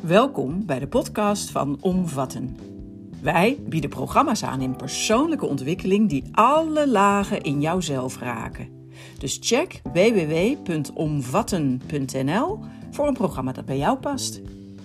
Welkom bij de podcast van Omvatten. Wij bieden programma's aan in persoonlijke ontwikkeling die alle lagen in jouzelf raken. Dus check www.omvatten.nl voor een programma dat bij jou past.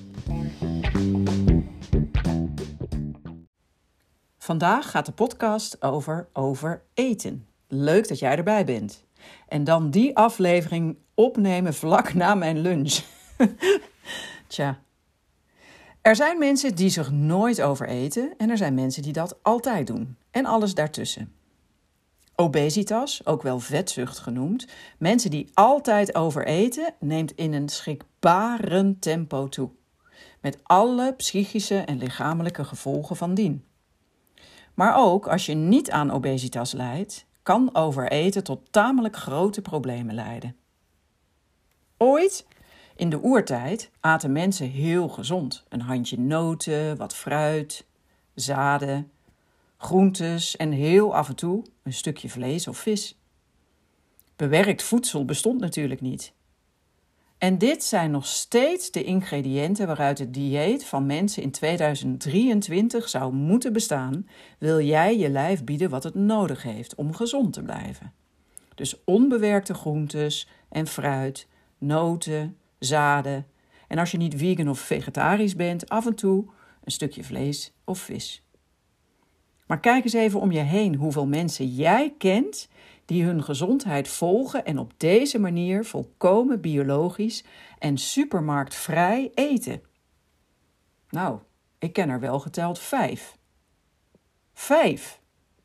Vandaag gaat de podcast over eten. Leuk dat jij erbij bent. En dan die aflevering opnemen vlak na mijn lunch. Tja. Er zijn mensen die zich nooit overeten en er zijn mensen die dat altijd doen. En alles daartussen. Obesitas, ook wel vetzucht genoemd, mensen die altijd overeten, neemt in een schrikbarend tempo toe. Met alle psychische en lichamelijke gevolgen van dien. Maar ook als je niet aan obesitas lijdt, kan overeten tot tamelijk grote problemen leiden. Ooit, in de oertijd, aten mensen heel gezond. Een handje noten, wat fruit, zaden, groentes en heel af en toe een stukje vlees of vis. Bewerkt voedsel bestond natuurlijk niet. En dit zijn nog steeds de ingrediënten waaruit het dieet van mensen in 2023 zou moeten bestaan, wil jij je lijf bieden wat het nodig heeft om gezond te blijven. Dus onbewerkte groentes en fruit, noten, zaden en als je niet vegan of vegetarisch bent, af en toe een stukje vlees of vis. Maar kijk eens even om je heen hoeveel mensen jij kent die hun gezondheid volgen en op deze manier volkomen biologisch en supermarktvrij eten. Nou, ik ken er wel geteld 5. 5!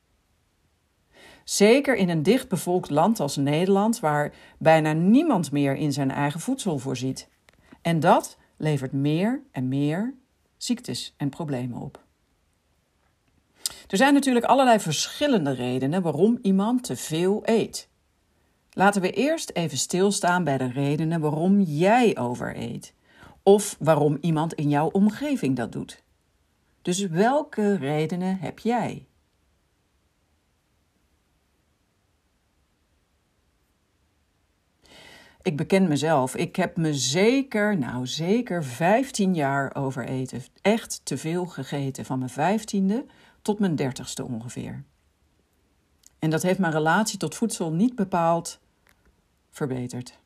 Zeker in een dichtbevolkt land als Nederland, waar bijna niemand meer in zijn eigen voedsel voorziet. En dat levert meer en meer ziektes en problemen op. Er zijn natuurlijk allerlei verschillende redenen waarom iemand te veel eet. Laten we eerst even stilstaan bij de redenen waarom jij overeet. Of waarom iemand in jouw omgeving dat doet. Dus welke redenen heb jij? Ik beken mezelf, ik heb me zeker 15 jaar overeten. Echt te veel gegeten, van mijn 15e tot mijn 30ste ongeveer. En dat heeft mijn relatie tot voedsel niet bepaald verbeterd.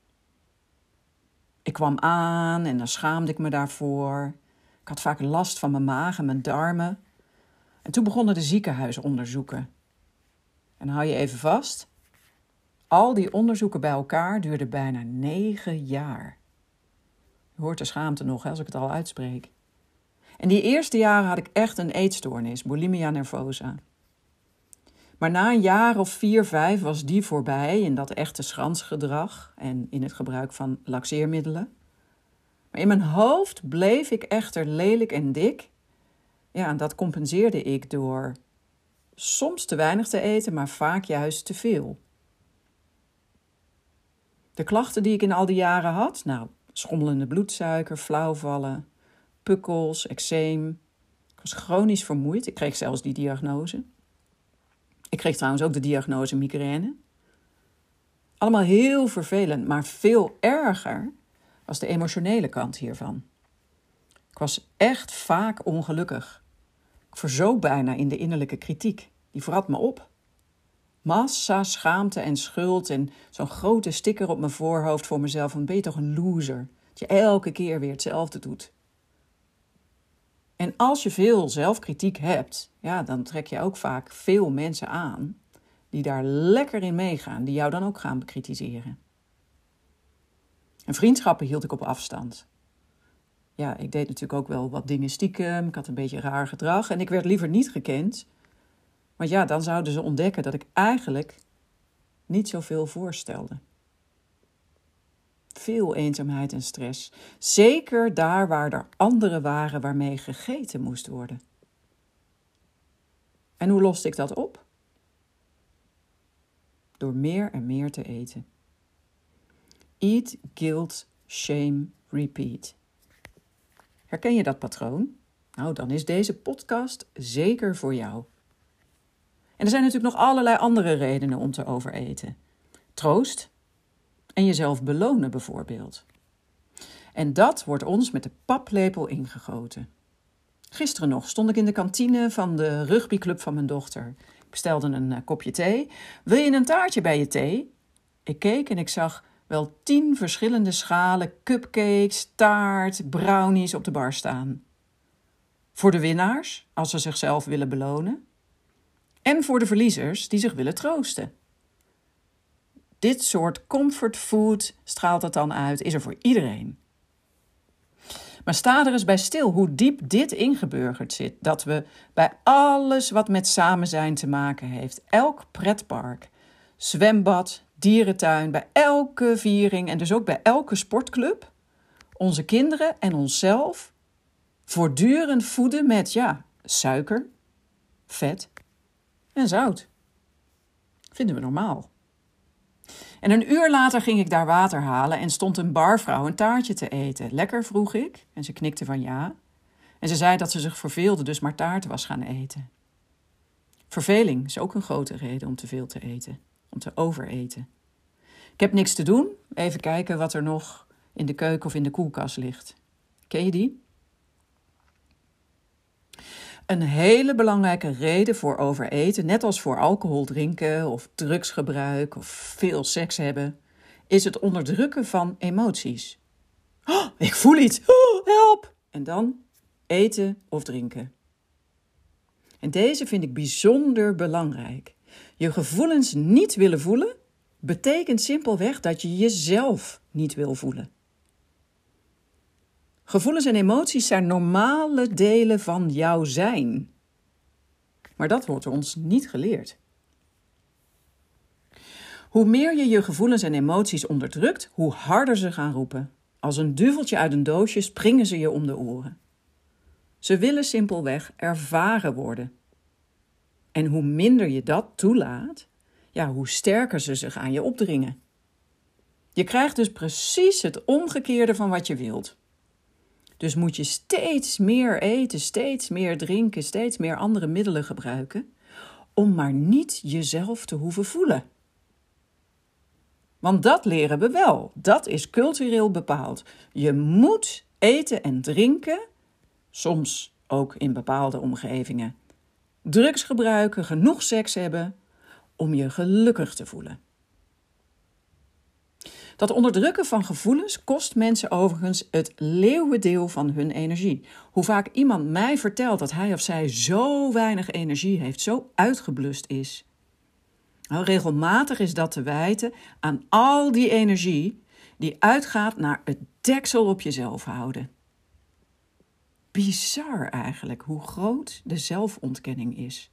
Ik kwam aan en dan schaamde ik me daarvoor. Ik had vaak last van mijn maag en mijn darmen. En toen begonnen de ziekenhuisonderzoeken. En hou je even vast. Al die onderzoeken bij elkaar duurden bijna 9 jaar. Je hoort de schaamte nog, als ik het al uitspreek. En die eerste jaren had ik echt een eetstoornis, bulimia nervosa. Maar na een jaar of 4, 5 was die voorbij in dat echte schransgedrag en in het gebruik van laxeermiddelen. Maar in mijn hoofd bleef ik echter lelijk en dik. Ja, en dat compenseerde ik door soms te weinig te eten, maar vaak juist te veel. De klachten die ik in al die jaren had, schommelende bloedsuiker, flauwvallen, pukkels, eczeem. Ik was chronisch vermoeid, ik kreeg zelfs die diagnose. Ik kreeg trouwens ook de diagnose migraine. Allemaal heel vervelend, maar veel erger was de emotionele kant hiervan. Ik was echt vaak ongelukkig. Ik verzoop bijna in de innerlijke kritiek. Die vrat me op. Massa schaamte en schuld en zo'n grote sticker op mijn voorhoofd voor mezelf. Van ben je toch een loser? Dat je elke keer weer hetzelfde doet. En als je veel zelfkritiek hebt, ja, dan trek je ook vaak veel mensen aan die daar lekker in meegaan, die jou dan ook gaan bekritiseren. En vriendschappen hield ik op afstand. Ja, ik deed natuurlijk ook wel wat dingen stiekem, ik had een beetje raar gedrag en ik werd liever niet gekend. Want ja, dan zouden ze ontdekken dat ik eigenlijk niet zoveel voorstelde. Veel eenzaamheid en stress. Zeker daar waar er anderen waren waarmee gegeten moest worden. En hoe loste ik dat op? Door meer en meer te eten. Eat, guilt, shame, repeat. Herken je dat patroon? Nou, dan is deze podcast zeker voor jou. En er zijn natuurlijk nog allerlei andere redenen om te overeten. Troost en jezelf belonen bijvoorbeeld. En dat wordt ons met de paplepel ingegoten. Gisteren nog stond ik in de kantine van de rugbyclub van mijn dochter. Ik bestelde een kopje thee. Wil je een taartje bij je thee? Ik keek en ik zag wel 10 verschillende schalen cupcakes, taart, brownies op de bar staan. Voor de winnaars, als ze zichzelf willen belonen. En voor de verliezers die zich willen troosten. Dit soort comfortfood, straalt het dan uit, is er voor iedereen. Maar sta er eens bij stil hoe diep dit ingeburgerd zit. Dat we bij alles wat met samen zijn te maken heeft, elk pretpark, zwembad, dierentuin, bij elke viering en dus ook bij elke sportclub, onze kinderen en onszelf voortdurend voeden met suiker, vet en zout. Vinden we normaal. En een uur later ging ik daar water halen en stond een barvrouw een taartje te eten. Lekker, vroeg ik. En ze knikte van ja. En ze zei dat ze zich verveelde, dus maar taart was gaan eten. Verveling is ook een grote reden om te veel te eten. Om te overeten. Ik heb niks te doen. Even kijken wat er nog in de keuken of in de koelkast ligt. Ken je die? Een hele belangrijke reden voor overeten, net als voor alcohol drinken of drugsgebruik of veel seks hebben, is het onderdrukken van emoties. Oh, ik voel iets, help! En dan eten of drinken. En deze vind ik bijzonder belangrijk. Je gevoelens niet willen voelen, betekent simpelweg dat je jezelf niet wil voelen. Gevoelens en emoties zijn normale delen van jouw zijn. Maar dat wordt ons niet geleerd. Hoe meer je je gevoelens en emoties onderdrukt, hoe harder ze gaan roepen. Als een duveltje uit een doosje springen ze je om de oren. Ze willen simpelweg ervaren worden. En hoe minder je dat toelaat, hoe sterker ze zich aan je opdringen. Je krijgt dus precies het omgekeerde van wat je wilt. Dus moet je steeds meer eten, steeds meer drinken, steeds meer andere middelen gebruiken, om maar niet jezelf te hoeven voelen. Want dat leren we wel, dat is cultureel bepaald. Je moet eten en drinken, soms ook in bepaalde omgevingen, drugs gebruiken, genoeg seks hebben, om je gelukkig te voelen. Dat onderdrukken van gevoelens kost mensen overigens het leeuwendeel van hun energie. Hoe vaak iemand mij vertelt dat hij of zij zo weinig energie heeft, zo uitgeblust is. Nou, regelmatig is dat te wijten aan al die energie die uitgaat naar het deksel op jezelf houden. Bizar eigenlijk hoe groot de zelfontkenning is.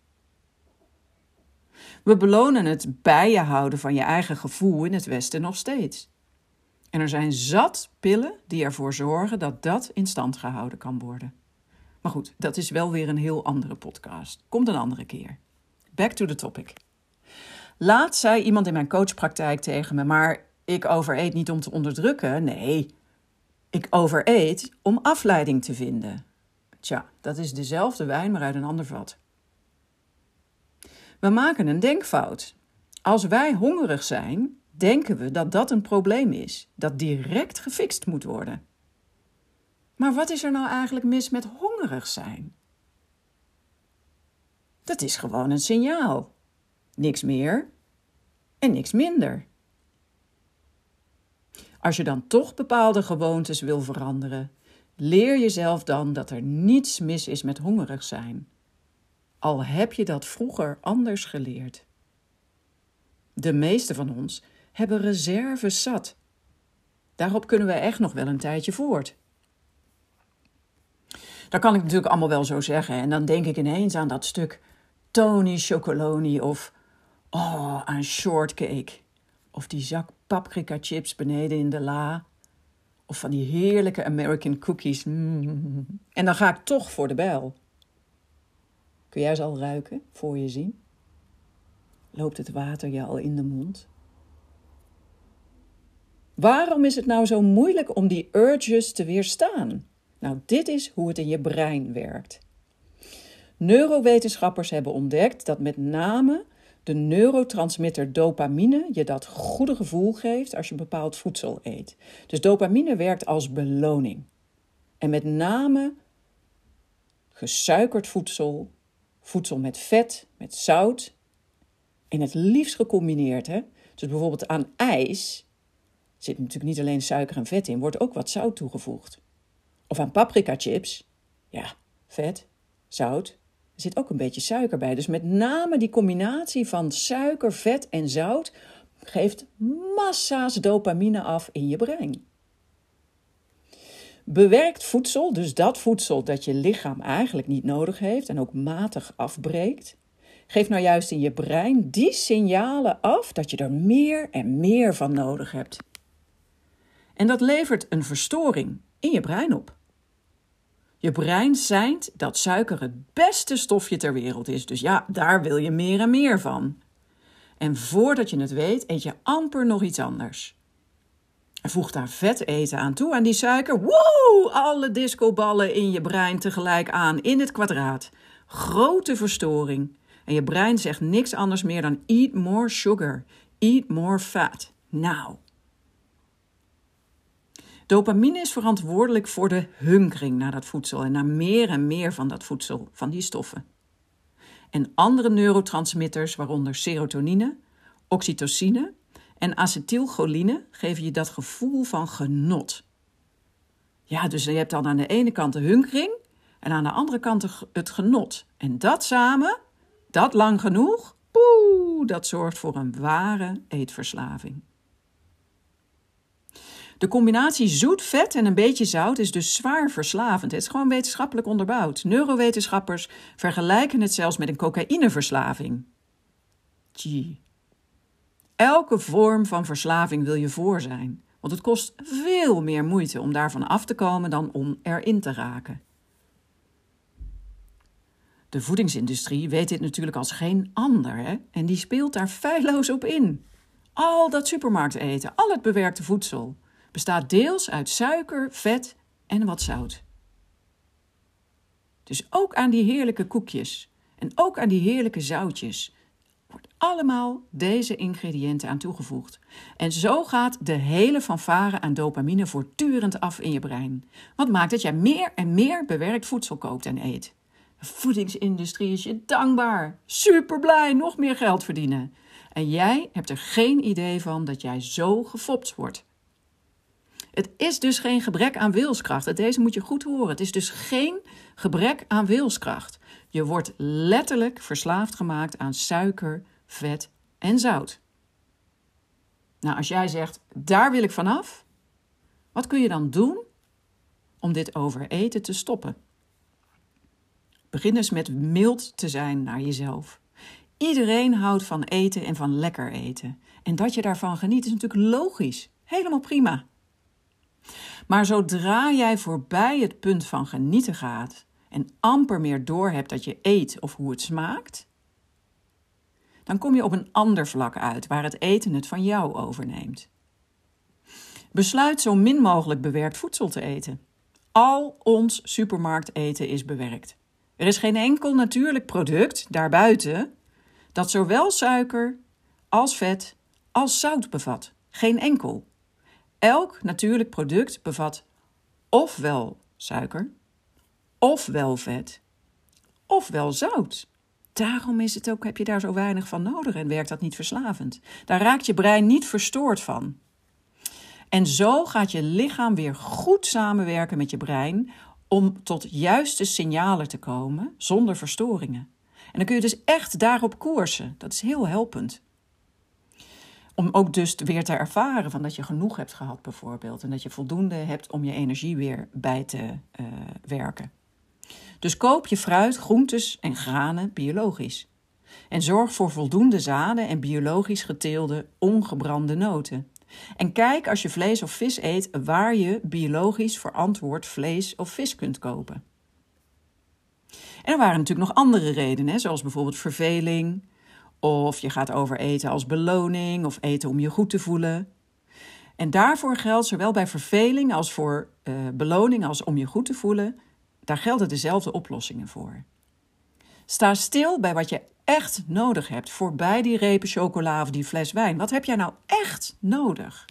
We belonen het bij je houden van je eigen gevoel in het Westen nog steeds. En er zijn zat pillen die ervoor zorgen dat dat in stand gehouden kan worden. Maar goed, dat is wel weer een heel andere podcast. Komt een andere keer. Back to the topic. Laatst zei iemand in mijn coachpraktijk tegen me, maar ik overeet niet om te onderdrukken. Nee, ik overeet om afleiding te vinden. Tja, dat is dezelfde wijn, maar uit een ander vat. We maken een denkfout. Als wij hongerig zijn, denken we dat dat een probleem is, dat direct gefixt moet worden. Maar wat is er nou eigenlijk mis met hongerig zijn? Dat is gewoon een signaal. Niks meer en niks minder. Als je dan toch bepaalde gewoontes wil veranderen, leer jezelf dan dat er niets mis is met hongerig zijn. Al heb je dat vroeger anders geleerd. De meeste van ons hebben reserves zat. Daarop kunnen we echt nog wel een tijdje voort. Dat kan ik natuurlijk allemaal wel zo zeggen. En dan denk ik ineens aan dat stuk Tony Chocolonely of aan shortcake. Of die zak paprika chips beneden in de la. Of van die heerlijke American cookies. En dan ga ik toch voor de bijl. Kun jij ze al ruiken, voor je zien? Loopt het water je al in de mond? Waarom is het nou zo moeilijk om die urges te weerstaan? Nou, dit is hoe het in je brein werkt. Neurowetenschappers hebben ontdekt dat met name de neurotransmitter dopamine je dat goede gevoel geeft als je bepaald voedsel eet. Dus dopamine werkt als beloning. En met name gesuikerd voedsel, voedsel met vet, met zout en het liefst gecombineerd. Hè? Dus bijvoorbeeld aan ijs zit natuurlijk niet alleen suiker en vet in, wordt ook wat zout toegevoegd. Of aan paprika chips, ja, vet, zout, er zit ook een beetje suiker bij. Dus met name die combinatie van suiker, vet en zout geeft massa's dopamine af in je brein. Bewerkt voedsel, dus dat voedsel dat je lichaam eigenlijk niet nodig heeft en ook matig afbreekt, geeft nou juist in je brein die signalen af dat je er meer en meer van nodig hebt. En dat levert een verstoring in je brein op. Je brein seint dat suiker het beste stofje ter wereld is. Dus ja, daar wil je meer en meer van. En voordat je het weet, eet je amper nog iets anders. En voeg daar vet eten aan toe, aan die suiker. Woe! Alle discoballen in je brein tegelijk aan, in het kwadraat. Grote verstoring. En je brein zegt niks anders meer dan eat more sugar, eat more fat. Nou. Dopamine is verantwoordelijk voor de hunkering naar dat voedsel en naar meer en meer van dat voedsel, van die stoffen. En andere neurotransmitters, waaronder serotonine, oxytocine en acetylcholine, geven je dat gevoel van genot. Ja, dus je hebt dan aan de ene kant de hunkering en aan de andere kant het genot. En dat samen, dat lang genoeg, dat zorgt voor een ware eetverslaving. De combinatie zoet, vet en een beetje zout is dus zwaar verslavend. Het is gewoon wetenschappelijk onderbouwd. Neurowetenschappers vergelijken het zelfs met een cocaïneverslaving. Elke vorm van verslaving wil je voor zijn. Want het kost veel meer moeite om daarvan af te komen dan om erin te raken. De voedingsindustrie weet dit natuurlijk als geen ander, hè? En die speelt daar feilloos op in. Al dat supermarkteten, al het bewerkte voedsel, bestaat deels uit suiker, vet en wat zout. Dus ook aan die heerlijke koekjes en ook aan die heerlijke zoutjes wordt allemaal deze ingrediënten aan toegevoegd. En zo gaat de hele fanfare aan dopamine voortdurend af in je brein. Wat maakt dat jij meer en meer bewerkt voedsel koopt en eet. De voedingsindustrie is je dankbaar. Super blij, nog meer geld verdienen. En jij hebt er geen idee van dat jij zo gefopt wordt. Het is dus geen gebrek aan wilskracht. Deze moet je goed horen. Het is dus geen gebrek aan wilskracht. Je wordt letterlijk verslaafd gemaakt aan suiker, vet en zout. Nou, als jij zegt, daar wil ik vanaf, wat kun je dan doen om dit overeten te stoppen? Begin eens met mild te zijn naar jezelf. Iedereen houdt van eten en van lekker eten. En dat je daarvan geniet is natuurlijk logisch. Helemaal prima. Maar zodra jij voorbij het punt van genieten gaat en amper meer doorhebt dat je eet of hoe het smaakt, dan kom je op een ander vlak uit waar het eten het van jou overneemt. Besluit zo min mogelijk bewerkt voedsel te eten. Al ons supermarkteten is bewerkt. Er is geen enkel natuurlijk product daarbuiten dat zowel suiker als vet als zout bevat. Geen enkel. Elk natuurlijk product bevat ofwel suiker, ofwel vet, ofwel zout. Daarom is het ook, heb je daar zo weinig van nodig en werkt dat niet verslavend. Daar raakt je brein niet verstoord van. En zo gaat je lichaam weer goed samenwerken met je brein om tot juiste signalen te komen zonder verstoringen. En dan kun je dus echt daarop koersen. Dat is heel helpend. Om ook dus weer te ervaren van dat je genoeg hebt gehad bijvoorbeeld. En dat je voldoende hebt om je energie weer bij te werken. Dus koop je fruit, groentes en granen biologisch. En zorg voor voldoende zaden en biologisch geteelde, ongebrande noten. En kijk als je vlees of vis eet waar je biologisch verantwoord vlees of vis kunt kopen. En er waren natuurlijk nog andere redenen, zoals bijvoorbeeld verveling. Of je gaat overeten als beloning of eten om je goed te voelen. En daarvoor geldt zowel bij verveling als voor beloning als om je goed te voelen, daar gelden dezelfde oplossingen voor. Sta stil bij wat je echt nodig hebt. Voorbij die repen chocola of die fles wijn. Wat heb jij nou echt nodig?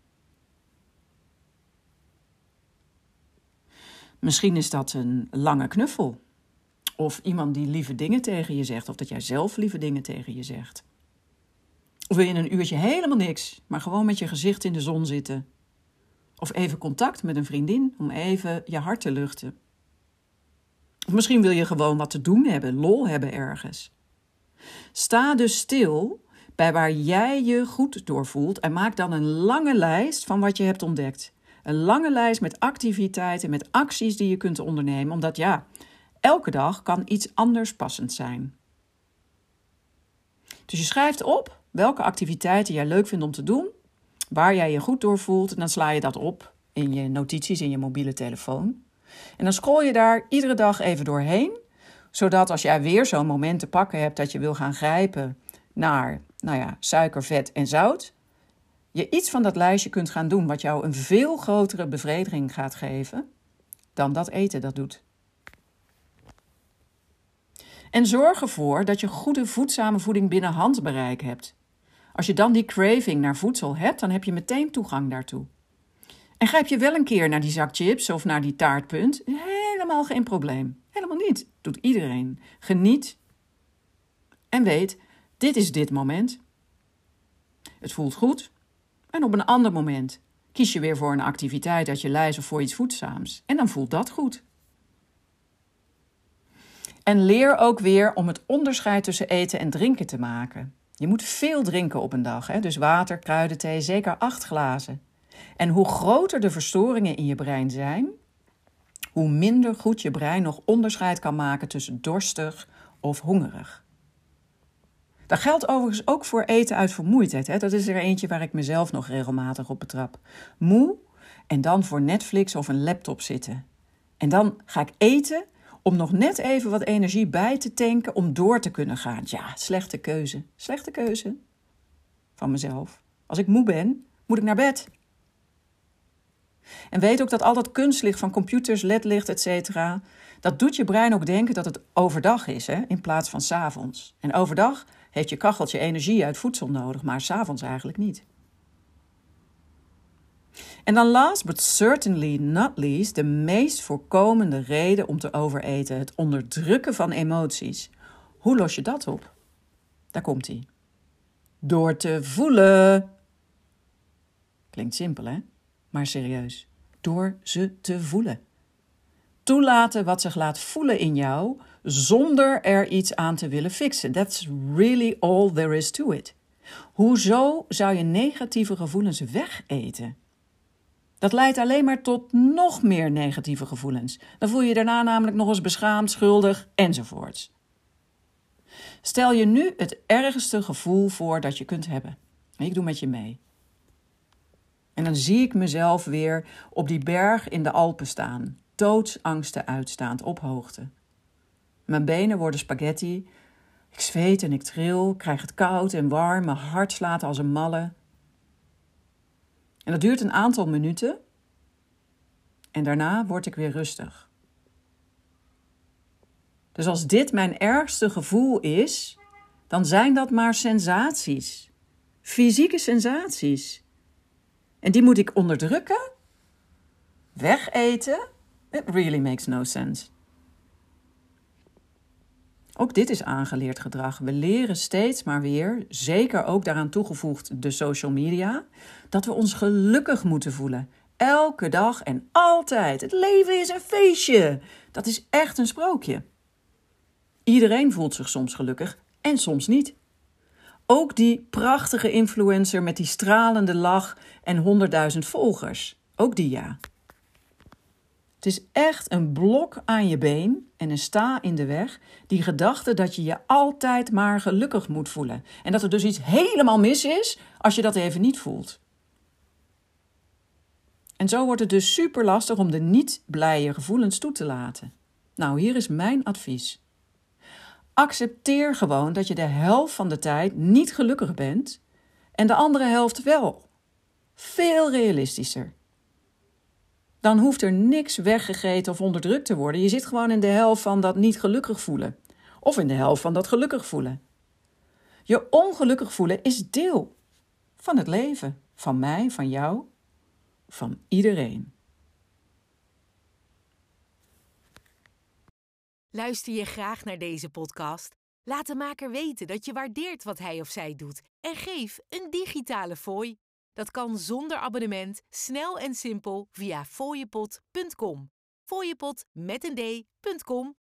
Misschien is dat een lange knuffel. Of iemand die lieve dingen tegen je zegt. Of dat jij zelf lieve dingen tegen je zegt. Of wil je een uurtje helemaal niks, maar gewoon met je gezicht in de zon zitten. Of even contact met een vriendin om even je hart te luchten. Of misschien wil je gewoon wat te doen hebben, lol hebben ergens. Sta dus stil bij waar jij je goed door voelt en maak dan een lange lijst van wat je hebt ontdekt. Een lange lijst met activiteiten, met acties die je kunt ondernemen, omdat elke dag kan iets anders passend zijn. Dus je schrijft op welke activiteiten jij leuk vindt om te doen, waar jij je goed door voelt en dan sla je dat op in je notities in je mobiele telefoon. En dan scroll je daar iedere dag even doorheen, zodat als jij weer zo'n moment te pakken hebt dat je wil gaan grijpen naar suiker, vet en zout, je iets van dat lijstje kunt gaan doen wat jou een veel grotere bevrediging gaat geven dan dat eten dat doet. En zorg ervoor dat je goede voedzame voeding binnen handbereik hebt. Als je dan die craving naar voedsel hebt, dan heb je meteen toegang daartoe. En grijp je wel een keer naar die zak chips of naar die taartpunt, helemaal geen probleem. Helemaal niet. Doet iedereen. Geniet en weet, dit is dit moment. Het voelt goed. En op een ander moment kies je weer voor een activiteit uit je lijst of voor iets voedzaams. En dan voelt dat goed. En leer ook weer om het onderscheid tussen eten en drinken te maken. Je moet veel drinken op een dag, hè? Dus water, kruidenthee, zeker 8 glazen. En hoe groter de verstoringen in je brein zijn, hoe minder goed je brein nog onderscheid kan maken tussen dorstig of hongerig. Dat geldt overigens ook voor eten uit vermoeidheid. Hè? Dat is er eentje waar ik mezelf nog regelmatig op betrap. Moe en dan voor Netflix of een laptop zitten. En dan ga ik eten om nog net even wat energie bij te tanken om door te kunnen gaan. Ja, slechte keuze. Slechte keuze van mezelf. Als ik moe ben, moet ik naar bed. En weet ook dat al dat kunstlicht van computers, ledlicht, etc., dat doet je brein ook denken dat het overdag is, hè, in plaats van 's avonds. En overdag heeft je kacheltje energie uit voedsel nodig, maar 's avonds eigenlijk niet. En dan last but certainly not least, de meest voorkomende reden om te overeten, het onderdrukken van emoties. Hoe los je dat op? Daar komt-ie. Door te voelen. Klinkt simpel, hè? Maar serieus. Door ze te voelen. Toelaten wat zich laat voelen in jou, zonder er iets aan te willen fixen. That's really all there is to it. Hoezo zou je negatieve gevoelens wegeten? Dat leidt alleen maar tot nog meer negatieve gevoelens. Dan voel je je daarna namelijk nog eens beschaamd, schuldig enzovoorts. Stel je nu het ergste gevoel voor dat je kunt hebben. Ik doe met je mee. En dan zie ik mezelf weer op die berg in de Alpen staan. Doodsangsten uitstaand op hoogte. Mijn benen worden spaghetti. Ik zweet en ik tril, krijg het koud en warm. Mijn hart slaat als een malle. En dat duurt een aantal minuten. En daarna word ik weer rustig. Dus als dit mijn ergste gevoel is, dan zijn dat maar sensaties. Fysieke sensaties. En die moet ik onderdrukken? Wegeten? It really makes no sense. Ook dit is aangeleerd gedrag. We leren steeds maar weer, zeker ook daaraan toegevoegd de social media, dat we ons gelukkig moeten voelen. Elke dag en altijd. Het leven is een feestje. Dat is echt een sprookje. Iedereen voelt zich soms gelukkig en soms niet. Ook die prachtige influencer met die stralende lach en 100.000 volgers. Ook die ja. Het is echt een blok aan je been en een sta in de weg, die gedachte dat je je altijd maar gelukkig moet voelen. En dat er dus iets helemaal mis is als je dat even niet voelt. En zo wordt het dus super lastig om de niet blije gevoelens toe te laten. Nou, hier is mijn advies. Accepteer gewoon dat je de helft van de tijd niet gelukkig bent en de andere helft wel. Veel realistischer. Dan hoeft er niks weggegeten of onderdrukt te worden. Je zit gewoon in de helft van dat niet gelukkig voelen. Of in de helft van dat gelukkig voelen. Je ongelukkig voelen is deel van het leven. Van mij, van jou, van iedereen. Luister je graag naar deze podcast? Laat de maker weten dat je waardeert wat hij of zij doet en geef een digitale fooi. Dat kan zonder abonnement, snel en simpel via fooiepot.com. Fooiepot met een d.com